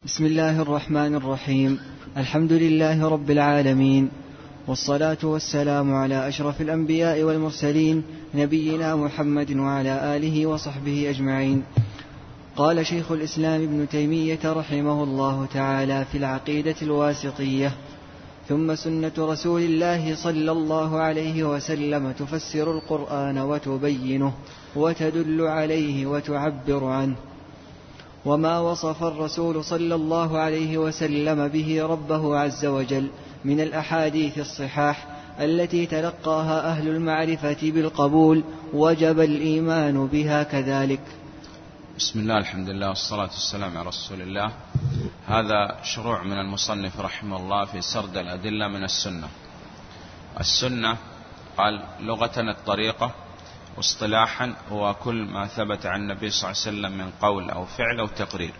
بسم الله الرحمن الرحيم. الحمد لله رب العالمين، والصلاة والسلام على أشرف الأنبياء والمرسلين نبينا محمد وعلى آله وصحبه أجمعين. قال شيخ الإسلام ابن تيمية رحمه الله تعالى في العقيدة الواسطية: ثم سنة رسول الله صلى الله عليه وسلم تفسر القرآن وتبينه وتدل عليه وتعبر عنه. وما وصف الرسول صلى الله عليه وسلم به ربه عز وجل من الأحاديث الصحاح التي تلقاها أهل المعرفة بالقبول وجب الإيمان بها كذلك. بسم الله، الحمد لله، والصلاة والسلام على رسول الله. هذا شروع من المصنف رحمه الله في سرد الأدلة من السنة. السنة قال لغة الطريقة، واصطلاحا هو كل ما ثبت عن النبي صلى الله عليه وسلم من قول أو فعل أو تقرير.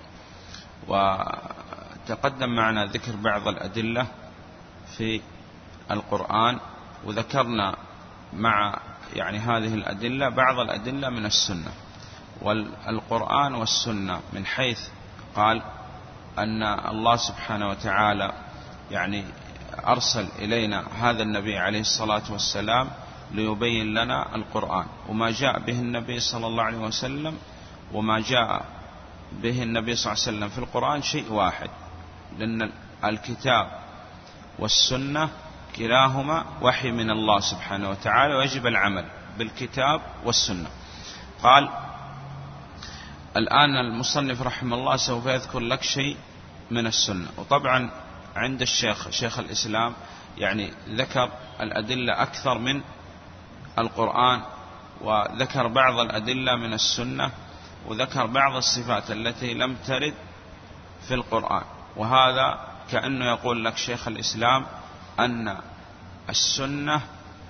وتقدم معنا ذكر بعض الأدلة في القرآن، وذكرنا مع هذه الأدلة بعض الأدلة من السنة. والقرآن والسنة من حيث قال أن الله سبحانه وتعالى أرسل إلينا هذا النبي عليه الصلاة والسلام ليبين لنا القرآن، وما جاء به النبي صلى الله عليه وسلم وما جاء به النبي صلى الله عليه وسلم في القرآن شيء واحد، لأن الكتاب والسنة كلاهما وحي من الله سبحانه وتعالى، ويجب العمل بالكتاب والسنة. قال الآن المصنف رحمه الله سوف يذكر لك شيء من السنة. وطبعا عند شيخ الإسلام ذكر الأدلة أكثر من القرآن، وذكر بعض الأدلة من السنة، وذكر بعض الصفات التي لم ترد في القرآن. وهذا كأنه يقول لك شيخ الإسلام أن السنة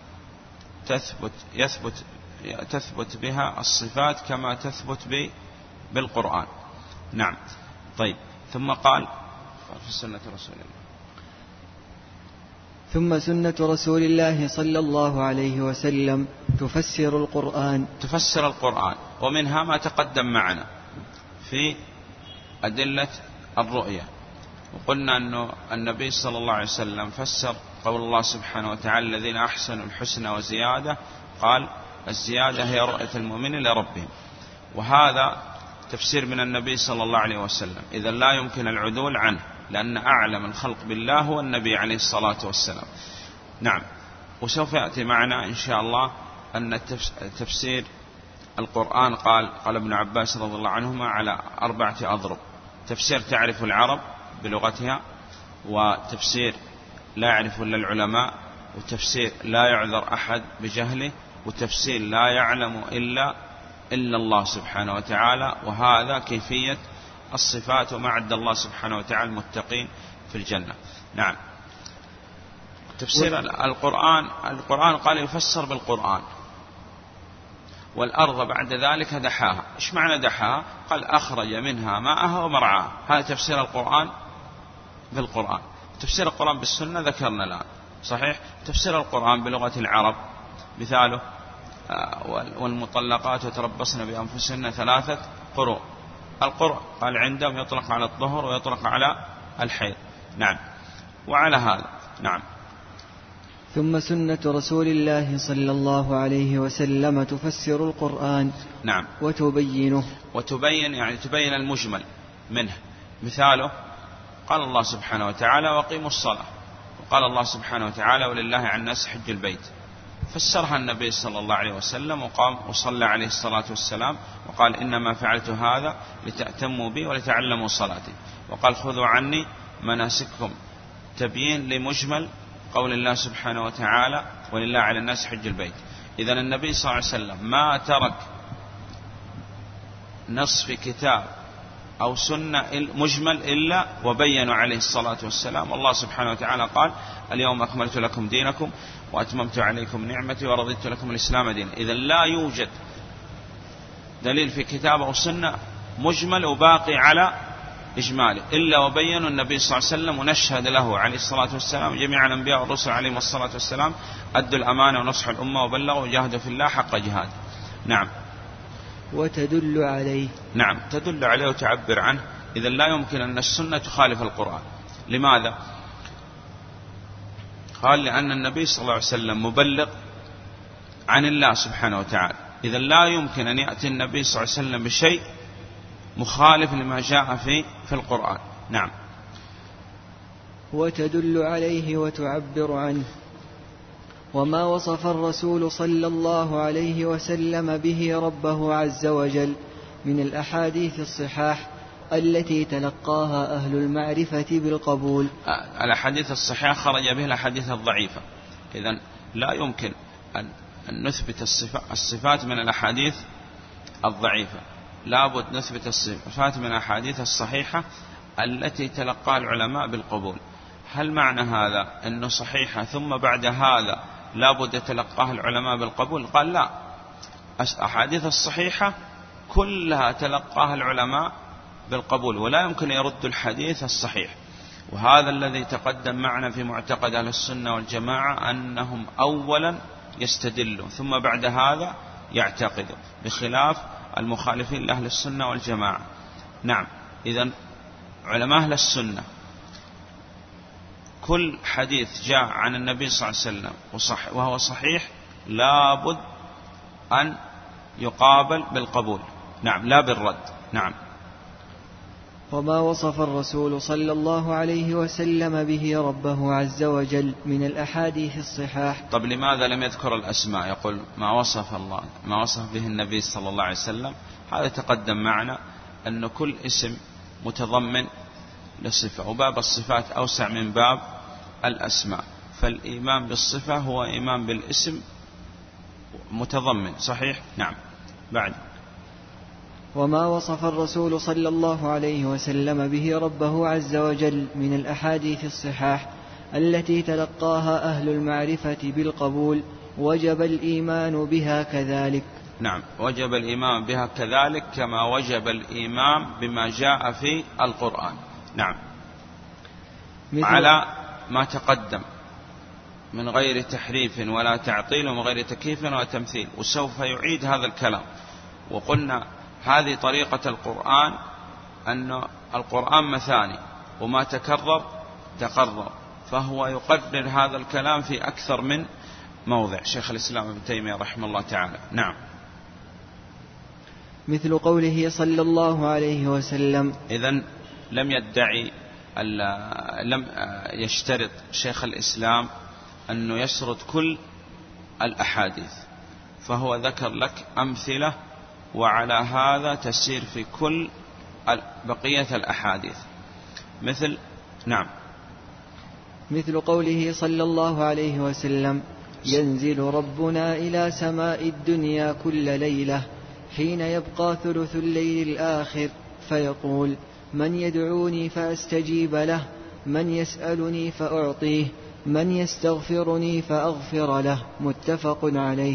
تثبت بها الصفات كما تثبت بالقرآن. نعم. طيب، ثم قال في سنة رسول الله: ثم سنة رسول الله صلى الله عليه وسلم تفسر القرآن، ومنها ما تقدم معنا في أدلة الرؤية. وقلنا أنه النبي صلى الله عليه وسلم فسر قول الله سبحانه وتعالى: الذين أحسنوا الحسنى وزيادة، قال الزيادة هي رؤية المؤمن لربهم. وهذا تفسير من النبي صلى الله عليه وسلم، إذا لا يمكن العدول عنه، لأن أعلم الخلق بالله هو النبي عليه الصلاة والسلام. نعم. وسوف يأتي معنا إن شاء الله أن تفسير القرآن قال ابن عباس رضي الله عنهما على 4 أضرب: تفسير تعرف العرب بلغتها، وتفسير لا يعرف إلا العلماء، وتفسير لا يعذر أحد بجهله، وتفسير لا يعلم إلا الله سبحانه وتعالى. وهذا كيفية الصفات وما عد الله سبحانه وتعالى المتقين في الجنة. نعم. تفسير القرآن قال يفسر بالقرآن. والأرض بعد ذلك دحاها. إيش معنى دحاها؟ قال أخرج منها ماءها ومرعاها. هذا تفسير القرآن بالقرآن. تفسير القرآن بالسنة ذكرنا الآن، صحيح. تفسير القرآن بلغة العرب مثاله: والمطلقات يتربصن بأنفسهن 3 قروء. القرء قال عندهم يطلق على الطهر ويطلق على الحيض. نعم. وعلى هذا نعم. ثم سنة رسول الله صلى الله عليه وسلم تفسر القرآن. نعم. وتبين تبين المجمل منه. مثاله قال الله سبحانه وتعالى: وقيموا الصلاة. وقال الله سبحانه وتعالى: ولله على الناس حج البيت. فسرها النبي صلى الله عليه وسلم وقام وصلى عليه الصلاة والسلام، وقال: إنما فعلت هذا لتأتموا بي ولتعلموا صلاتي. وقال: خذوا عني مناسككم. تبيين لمجمل قول الله سبحانه وتعالى: ولله على الناس حج البيت. إذن النبي صلى الله عليه وسلم ما ترك نص في كتاب أو سنة مجمل إلا وبينوا عليه الصلاة والسلام. الله سبحانه وتعالى قال: اليوم أكملت لكم دينكم وأتممت عليكم نعمتي ورضيت لكم الإسلام دينا. إذن لا يوجد دليل في كتاب أو سنة مجمل وباقي على إجماله إلا وبينوا النبي صلى الله عليه وسلم، ونشهد له عليه الصلاة والسلام جميع الأنبياء والرسل عليهم الصلاة والسلام أدوا الأمانة ونصحوا الأمة وبلغوا وجاهدوا في الله حق جهاد. نعم. وتدل عليه. نعم، تدل عليه وتعبر عنه إذا لا يمكن أن السنة تخالف القرآن. لماذا؟ قال لأن النبي صلى الله عليه وسلم مبلغ عن الله سبحانه وتعالى، إذا لا يمكن أن يأتي النبي صلى الله عليه وسلم بشيء مخالف لما جاء في القرآن. نعم. وتدل عليه وتعبر عنه. وما وصف الرسول صلى الله عليه وسلم به ربه عز وجل من الأحاديث الصحاح التي تلقاها أهل المعرفة بالقبول. الأحاديث الصحيحة خرج بها الأحاديث الضعيفة، إذن لا يمكن أن نثبت الصفات من الأحاديث الضعيفة، لابد نثبت الصفات من الأحاديث الصحيحة التي تلقاها العلماء بالقبول. هل معنى هذا أنه صحيحة ثم بعد هذا لابد يتلقاها العلماء بالقبول؟ قال لا، الأحاديث الصحيحة كلها تلقاها العلماء بالقبول، ولا يمكن يرد الحديث الصحيح. وهذا الذي تقدم معنا في معتقد أهل السنة والجماعة، أنهم أولا يستدلوا ثم بعد هذا يعتقدوا، بخلاف المخالفين لأهل السنة والجماعة. نعم. إذن علماء أهل السنة كل حديث جاء عن النبي صلى الله عليه وسلم وهو صحيح لابد أن يقابل بالقبول، نعم، لا بالرد. نعم. وما وصف الرسول صلى الله عليه وسلم به ربه عز وجل من الأحاديث الصحاح. طب لماذا لم يذكر الأسماء؟ يقول ما وصف الله، ما وصف به النبي صلى الله عليه وسلم. هذا تقدم معنا أن كل اسم متضمن لصفة، وباب الصفات أوسع من باب الأسماء، فالإيمان بالصفة هو إيمان بالاسم متضمن. صحيح. نعم. بعد. وما وصف الرسول صلى الله عليه وسلم به ربه عز وجل من الأحاديث الصحاح التي تلقاها أهل المعرفة بالقبول وجب الإيمان بها كذلك. نعم، وجب الإيمان بها كذلك كما وجب الإيمان بما جاء في القرآن. نعم، على ما تقدم من غير تحريف ولا تعطيل ومن غير تكييف ولا تمثيل. وسوف يعيد هذا الكلام. وقلنا هذه طريقة القرآن، أن القرآن مثاني وما تكرر تقرر، فهو يقرر هذا الكلام في أكثر من موضع. شيخ الإسلام ابن تيمية رحمه الله تعالى. نعم. مثل قوله صلى الله عليه وسلم. إذن لم يشترط شيخ الإسلام أنه يسرد كل الأحاديث، فهو ذكر لك أمثلة، وعلى هذا تسير في كل بقية الأحاديث. نعم، مثل قوله صلى الله عليه وسلم: ينزل ربنا إلى سماء الدنيا كل ليلة حين يبقى ثلث الليل الآخر فيقول: من يدعوني فأستجيب له، من يسألني فأعطيه، من يستغفرني فأغفر له. متفق عليه.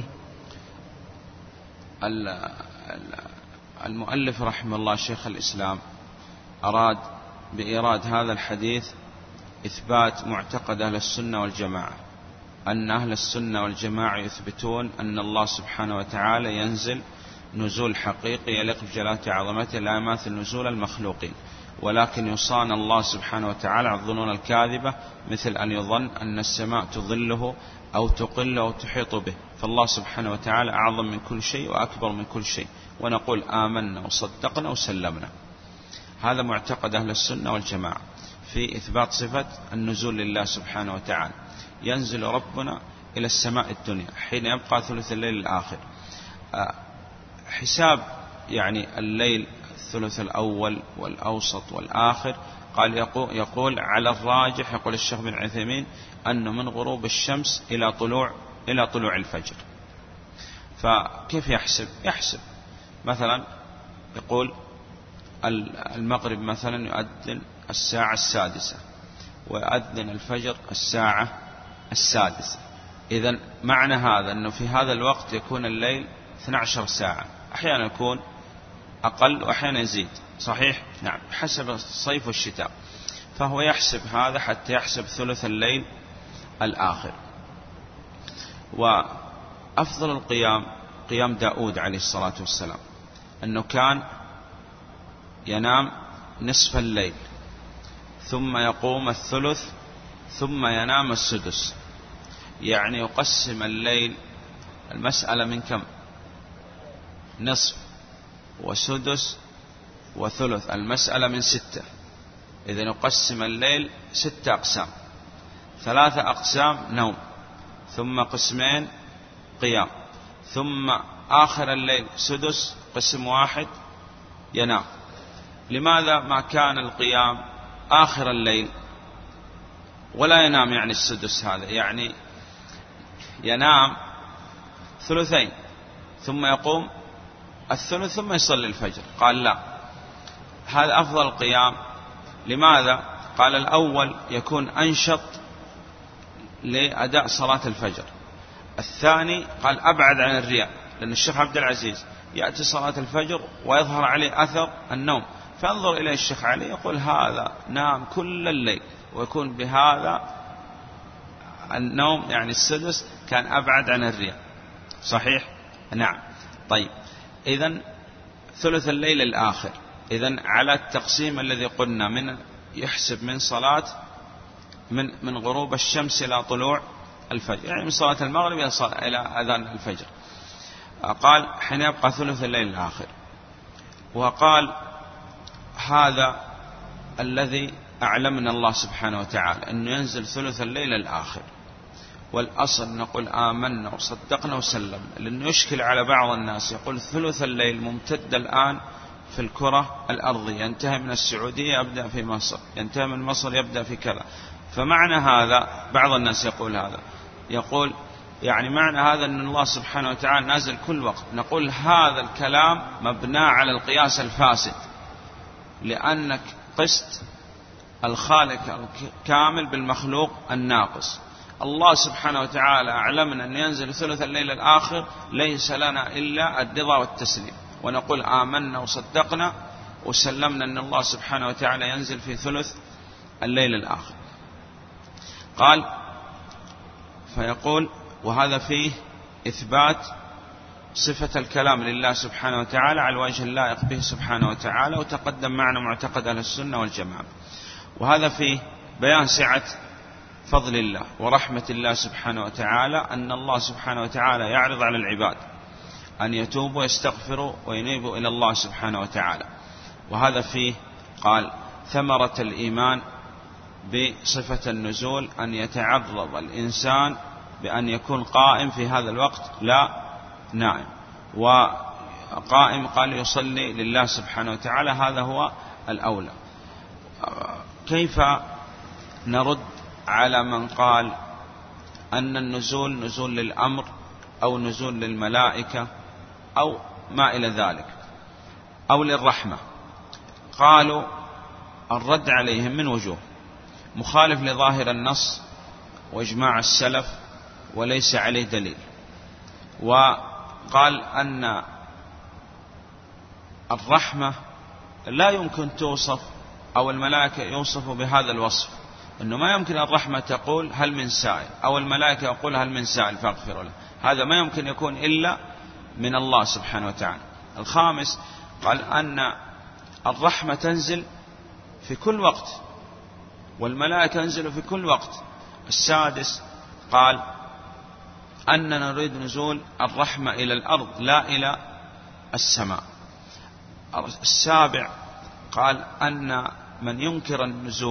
المؤلف رحمه الله شيخ الإسلام أراد بإيراد هذا الحديث إثبات معتقد أهل السنة والجماعة، أن أهل السنة والجماعة يثبتون أن الله سبحانه وتعالى ينزل نزول حقيقي يليق بجلالة عظمته لا يماثل نزول المخلوقين، ولكن يصان الله سبحانه وتعالى عن الظنون الكاذبة، مثل أن يظن أن السماء تظله أو تقله أو تحيط به. فالله سبحانه وتعالى أعظم من كل شيء وأكبر من كل شيء، ونقول آمنا وصدقنا وسلمنا. هذا معتقد أهل السنة والجماعة في إثبات صفة النزول لله سبحانه وتعالى. ينزل ربنا إلى السماء الدنيا حين يبقى ثلث الليل الآخر. حساب يعني الليل الثلث الأول والأوسط والآخر، قال يقول على الراجح، يقول الشيخ بن عثيمين، أنه من غروب الشمس إلى طلوع الفجر. فكيف يحسب مثلا يقول المغرب مثلا يؤذن الساعة 6 ويؤذن الفجر الساعة 6. إذن معنى هذا أنه في هذا الوقت يكون الليل 12 ساعة، أحيانا يكون أقل وأحيانا يزيد. صحيح. نعم، حسب الصيف والشتاء. فهو يحسب هذا حتى يحسب ثلث الليل الآخر. وأفضل القيام قيام داود عليه الصلاة والسلام، أنه كان ينام نصف الليل، ثم يقوم الثلث، ثم ينام السدس. يعني يقسم الليل، المسألة من كم؟ نصف وسدس وثلث، المسألة من 6. إذن يقسم الليل 6 أقسام: 3 أقسام نوم، ثم قسمين قيام، ثم آخر الليل سدس قسم واحد ينام. لماذا ما كان القيام آخر الليل ولا ينام؟ يعني السدس هذا يعني ينام ثلثين ثم يقوم الثلث ثم يصلي الفجر. قال لا، هذا أفضل قيام. لماذا؟ قال الأول يكون أنشط لأداء صلاة الفجر، الثاني قال أبعد عن الرياء، لأن الشيخ عبد العزيز يأتي صلاة الفجر ويظهر عليه أثر النوم، فانظر إليه الشيخ علي يقول هذا نام كل الليل، ويكون بهذا النوم يعني السدس كان أبعد عن الرياء. صحيح؟ نعم. طيب، إذن ثلث الليل الآخر، إذن على التقسيم الذي قلنا من يحسب من صلاة من غروب الشمس إلى طلوع الفجر، يعني من صلاة المغرب إلى أذان الفجر. قال حين يبقى ثلث الليل الآخر. وقال هذا الذي أعلمنا الله سبحانه وتعالى أنه ينزل ثلث الليل الآخر، والأصل نقول آمنا وصدقنا وسلمنا، لأنه يشكل على بعض الناس يقول ثلث الليل ممتد الآن في الكرة الأرضية، ينتهي من السعودية يبدأ في مصر، ينتهي من مصر يبدأ في كذا. فمعنى هذا بعض الناس يقول هذا، يقول يعني معنى هذا أن الله سبحانه وتعالى نازل كل وقت. نقول هذا الكلام مبنى على القياس الفاسد، لأنك قست الخالق الكامل بالمخلوق الناقص. الله سبحانه وتعالى أعلمنا أن ينزل ثلث الليل الآخر، ليس لنا إلا الرضا والتسليم، ونقول آمنا وصدقنا وسلمنا أن الله سبحانه وتعالى ينزل في ثلث الليل الآخر. قال فيقول وهذا فيه إثبات صفة الكلام لله سبحانه وتعالى على الوجه اللائق به سبحانه وتعالى، وتقدم معنا معتقد أهل السنة والجماعة. وهذا فيه بيان سعة فضل الله ورحمة الله سبحانه وتعالى، أن الله سبحانه وتعالى يعرض على العباد أن يتوبوا ويستغفروا وينيبوا إلى الله سبحانه وتعالى. وهذا فيه قال ثمرة الإيمان بصفة النزول أن يتعرض الإنسان بأن يكون قائم في هذا الوقت لا نائم، وقائم قال يصلي لله سبحانه وتعالى، هذا هو الأولى. كيف نرد على من قال أن النزول نزول للأمر أو نزول للملائكة أو ما إلى ذلك أو للرحمة؟ قالوا الرد عليهم من وجوه: مخالف لظاهر النص وإجماع السلف وليس عليه دليل. وقال أن الرحمة لا يمكن توصف أو الملائكة يوصفوا بهذا الوصف، أنه ما يمكن الرحمة تقول هل من سائل، أو الملائكة يقول هل من سائل فاغفر له، هذا ما يمكن يكون إلا من الله سبحانه وتعالى. الخامس قال أن الرحمة تنزل في كل وقت والملائكة تنزل في كل وقت. السادس قال أننا نريد نزول الرحمة إلى الأرض لا إلى السماء. السابع قال أن من ينكر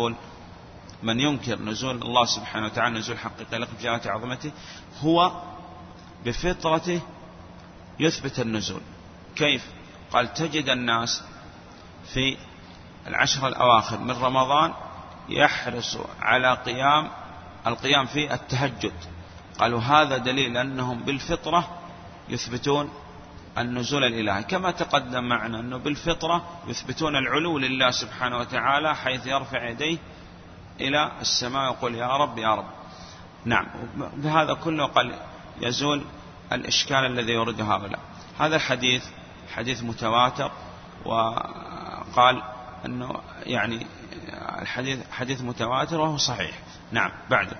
نزول الله سبحانه وتعالى نزول حقيقي لك بجلالة عظمته هو بفطرته يثبت النزول. كيف؟ قال تجد الناس في العشر الأواخر من رمضان يحرص على القيام في التهجد، قالوا هذا دليل أنهم بالفطرة يثبتون النزول الإلهي، كما تقدم معنا أنه بالفطرة يثبتون العلو لله سبحانه وتعالى، حيث يرفع يديه إلى السماء ويقول يا رب يا رب. نعم، بهذا كله قال يزول الإشكال الذي يورده هؤلاء. هذا الحديث حديث متواتر، وقال أنه يعني الحديث حديث متواتر وهو صحيح. نعم. بعده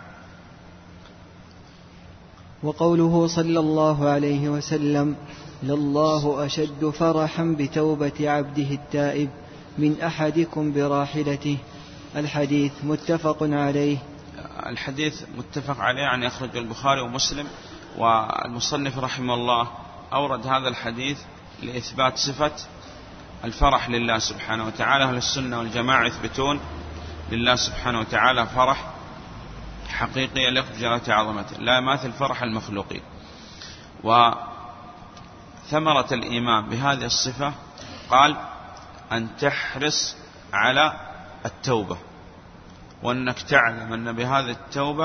وقوله صلى الله عليه وسلم: لله أشد فرحا بتوبة عبده التائب من أحدكم براحلته. الحديث متفق عليه. الحديث متفق عليه، يعني يخرج البخاري ومسلم. والمصنف رحمه الله أورد هذا الحديث لإثبات صفة الفرح لله سبحانه وتعالى. أهل السنة والجماعة يثبتون لله سبحانه وتعالى فرح حقيقي يليق بجلالة عظمته لا يماثل فرح المخلوقين. وثمرة الإيمان بهذه الصفة قال أن تحرص على التوبة، وأنك تعلم أن بهذه التوبة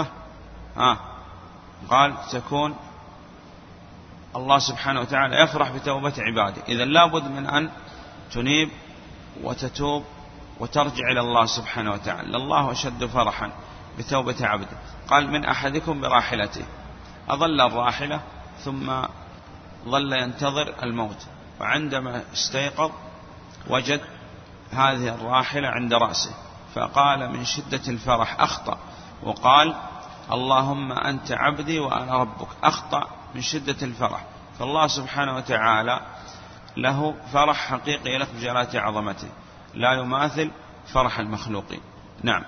قال تكون الله سبحانه وتعالى يفرح بتوبة عباده. إذا لابد من أن تنيب وتتوب وترجع إلى الله سبحانه وتعالى. الله أشد فرحا بتوبة عبده. قال من أحدكم براحلته، أظل الراحلة ثم ظل ينتظر الموت، وعندما استيقظ وجد هذه الراحلة عند رأسه، فقال من شدة الفرح أخطأ وقال اللهم أنت عبدي وأنا ربك. أخطأ من شدة الفرح. فالله سبحانه وتعالى له فرح حقيقي يليق بجلالة عظمته لا يماثل فرح المخلوقين. نعم.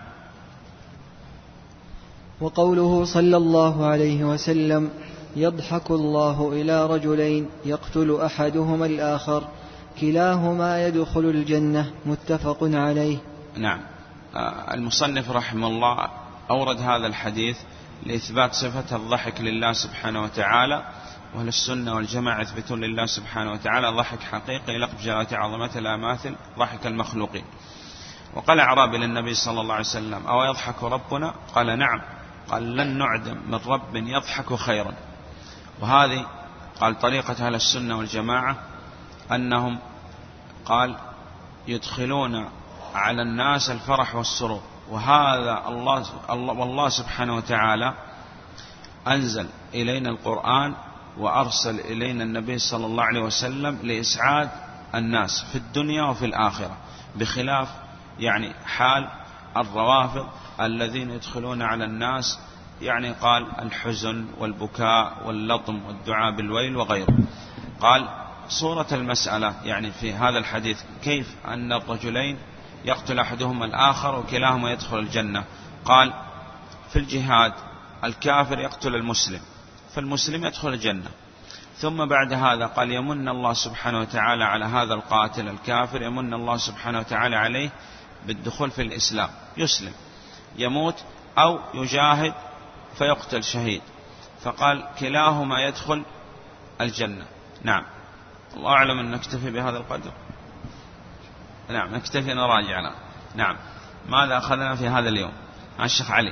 وقوله صلى الله عليه وسلم يضحك الله إلى رجلين يقتل أحدهما الآخر كلاهما يدخل الجنة، متفق عليه. نعم. المصنف رحمه الله أورد هذا الحديث لإثبات صفة الضحك لله سبحانه وتعالى. وأهل السنة والجماعة يثبتون لله سبحانه وتعالى ضحك حقيقي يليق بجلالة عظمته لا يماثل ضحك المخلوقين. وقال أعرابي للنبي صلى الله عليه وسلم أو يضحك ربنا؟ قال نعم. قال لن نعدم من رب يضحك خيرا. وهذه قال طريقة أهل السنة والجماعة أنهم قال يدخلون على الناس الفرح والسرور. وهذا والله سبحانه وتعالى أنزل إلينا القرآن وأرسل إلينا النبي صلى الله عليه وسلم لإسعاد الناس في الدنيا وفي الآخرة، بخلاف يعني حال الروافض الذين يدخلون على الناس يعني قال الحزن والبكاء واللطم والدعاء بالويل وغيره. قال صورة المسألة يعني في هذا الحديث كيف أن الرجلين يقتل أحدهما الآخر وكلاهما يدخل الجنة. قال في الجهاد الكافر يقتل المسلم فالمسلم يدخل الجنة، ثم بعد هذا قال يمن الله سبحانه وتعالى على هذا القاتل الكافر، يمن الله سبحانه وتعالى عليه بالدخول في الإسلام، يسلم يموت أو يجاهد فيقتل شهيد، فقال كلاهما يدخل الجنة. نعم. الله أعلم أن نكتفي بهذا القدر. نعم نكتفي نراجع الآن. نعم. ماذا أخذنا في هذا اليوم؟ الشيخ علي.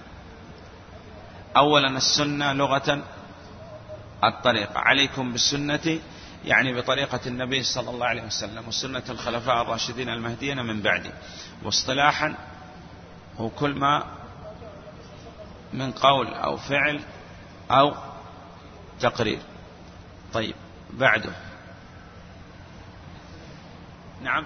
أولا السنة لغة الطريقة، عليكم بالسنة يعني بطريقة النبي صلى الله عليه وسلم وسنة الخلفاء الراشدين المهديين من بعده. واصطلاحا هو كل ما من قول أو فعل أو تقرير. طيب بعده. نعم.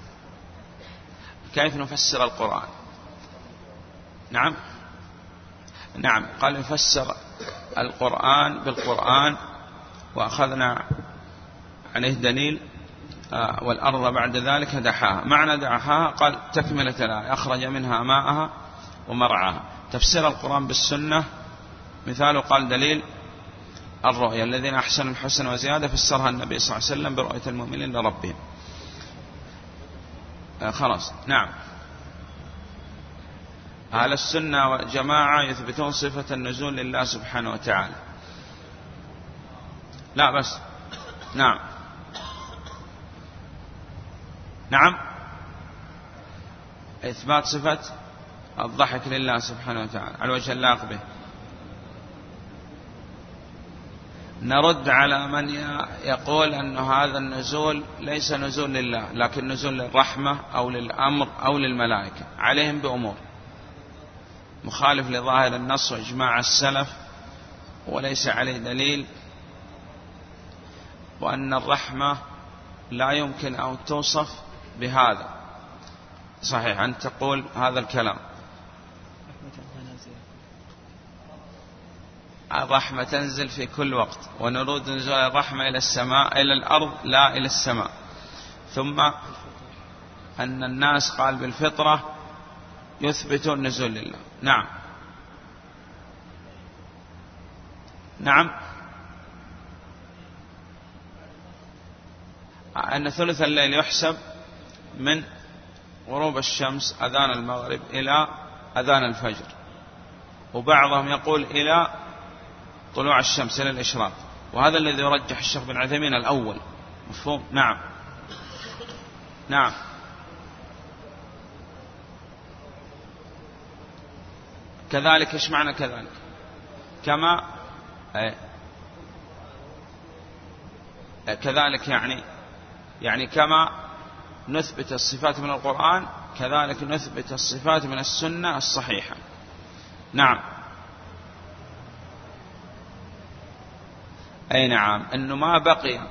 كيف نفسر القرآن؟ نعم. نعم. قال نفسر القرآن بالقرآن وأخذنا عليه دليل والأرض بعد ذلك دحاها. معنى دحاها قال تكملة الآية أخرج منها ماءها ومرعاها. تفسير القرآن بالسنة مثاله قال دليل الرؤيا الذين أحسنوا الحسن وزيادة فسرها النبي صلى الله عليه وسلم برؤية المؤمنين لربهم. خلاص. نعم. أهل السنة والجماعة يثبتون صفة النزول لله سبحانه وتعالى. لا بس. نعم. نعم. إثبات صفة الضحك لله سبحانه وتعالى على وجه اللائق به. نرد على من يقول أن هذا النزول ليس نزول لله لكن نزول للرحمة أو للأمر أو للملائكة، عليهم بأمور مخالف لظاهر النص وإجماع السلف وليس عليه دليل، وأن الرحمة لا يمكن أن توصف بهذا. صحيح أن تقول هذا الكلام. الرحمة تنزل في كل وقت ونرود نزول الرحمة إلى السماء إلى الأرض لا إلى السماء. ثم أن الناس قال بالفطرة يثبتون النزول لله. نعم نعم، أن ثلث الليل يحسب من غروب الشمس أذان المغرب إلى أذان الفجر، وبعضهم يقول إلى طلوع الشمس إلى الإشراق، وهذا الذي يرجح الشيخ بن عثيمين الأول. مفهوم؟ نعم نعم. كذلك إيش معنى كذلك؟ كما كذلك يعني كما نثبت الصفات من القرآن كذلك نثبت الصفات من السنة الصحيحة. نعم أي نعم، أنه ما بقي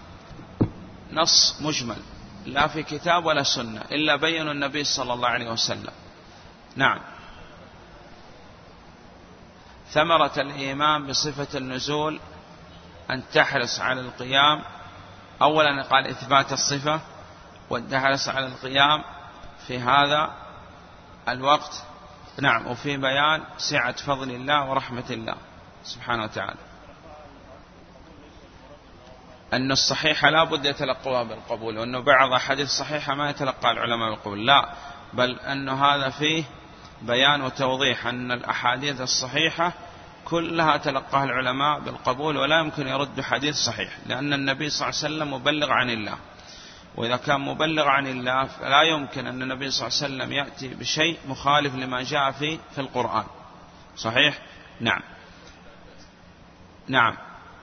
نص مجمل لا في كتاب ولا سنة إلا بين النبي صلى الله عليه وسلم. نعم. ثمرة الإيمان بصفة النزول أن تحرص على القيام، أولا قال إثبات الصفة، وأن تحرص على القيام في هذا الوقت. نعم. وفي بيان سعة فضل الله ورحمة الله سبحانه وتعالى. أن الصحيحة لا بد يتلقوها بالقبول، وأنه بعض أحاديث الصحيحة ما يتلقى العلماء بالقبول، لا، بل أنه هذا فيه بيان وتوضيح أن الأحاديث الصحيحة كلها تلقاها العلماء بالقبول، ولا يمكن يرد حديث صحيح، لأن النبي صلى الله عليه وسلم مبلغ عن الله، وإذا كان مبلغ عن الله فلا يمكن أن النبي صلى الله عليه وسلم يأتي بشيء مخالف لما جاء في القرآن. صحيح؟ نعم نعم.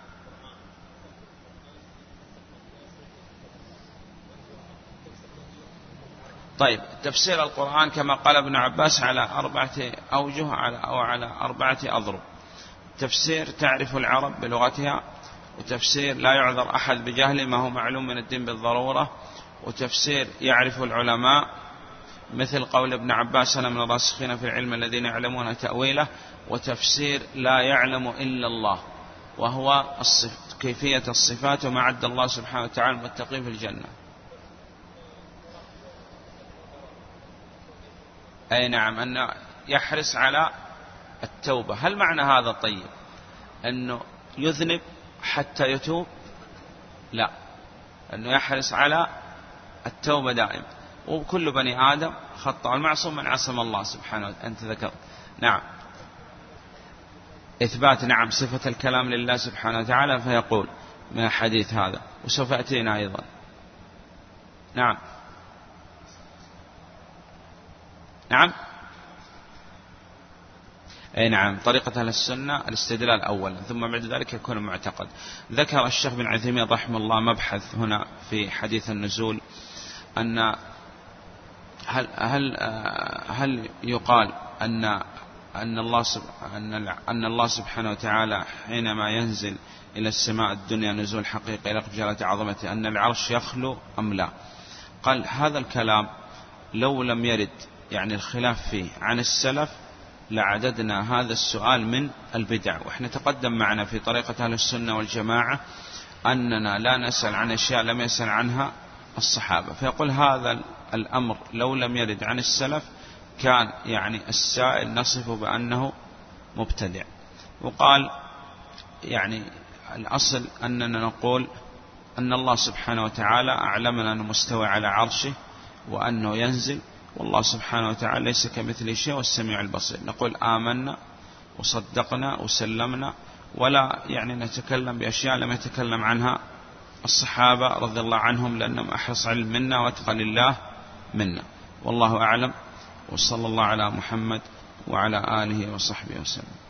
طيب، تفسير القرآن كما قال ابن عباس على 4 أوجه أو على 4 أضرب. تفسير تعرف العرب بلغتها، وتفسير لا يعذر أحد بجهل ما هو معلوم من الدين بالضرورة، وتفسير يعرف العلماء مثل قول ابن عباس أنا من الراسخين في العلم الذين يعلمون تأويله، وتفسير لا يعلم إلا الله وهو كيفية الصفات وما عد الله سبحانه وتعالى المتقين في الجنة. أي نعم، أنه يحرص على التوبة. هل معنى هذا طيب أنه يذنب حتى يتوب؟ لا، أنه يحرص على التوبة دائما، وكل بني آدم خطأ، المعصوم من عصم الله سبحانه وتعالى. أنت ذكرت. نعم. إثبات نعم صفة الكلام لله سبحانه وتعالى، فيقول من الحديث هذا، وسوف يأتينا أيضا. نعم نعم. أي نعم. طريقة أهل السنة الاستدلال أولا، ثم بعد ذلك يكون المعتقد. ذكر الشيخ بن عثيمين رحمه الله مبحث هنا في حديث النزول، أن هل يقال أن الله سبحانه وتعالى حينما ينزل إلى السماء الدنيا نزول حقيقي يليق بجلالة عظمته أن العرش يخلو أم لا؟ قال هذا الكلام لو لم يرد يعني الخلاف فيه عن السلف لعددنا هذا السؤال من البدع. وإحنا تقدم معنا في طريقة أهل السنة والجماعة أننا لا نسأل عن أشياء لم يسأل عنها الصحابة، فيقول هذا الأمر لو لم يرد عن السلف كان يعني السائل نصفه بأنه مبتدع. وقال يعني الأصل أننا نقول أن الله سبحانه وتعالى أعلمنا أنه مستوى على عرشه وأنه ينزل، والله سبحانه وتعالى ليس كمثله شيء والسميع البصير. نقول آمنا وصدقنا وسلمنا، ولا يعني نتكلم بأشياء لم يتكلم عنها الصحابة رضي الله عنهم، لأنهم أحرص علم منا واتقى لله منا. والله أعلم، وصلى الله على محمد وعلى آله وصحبه وسلم.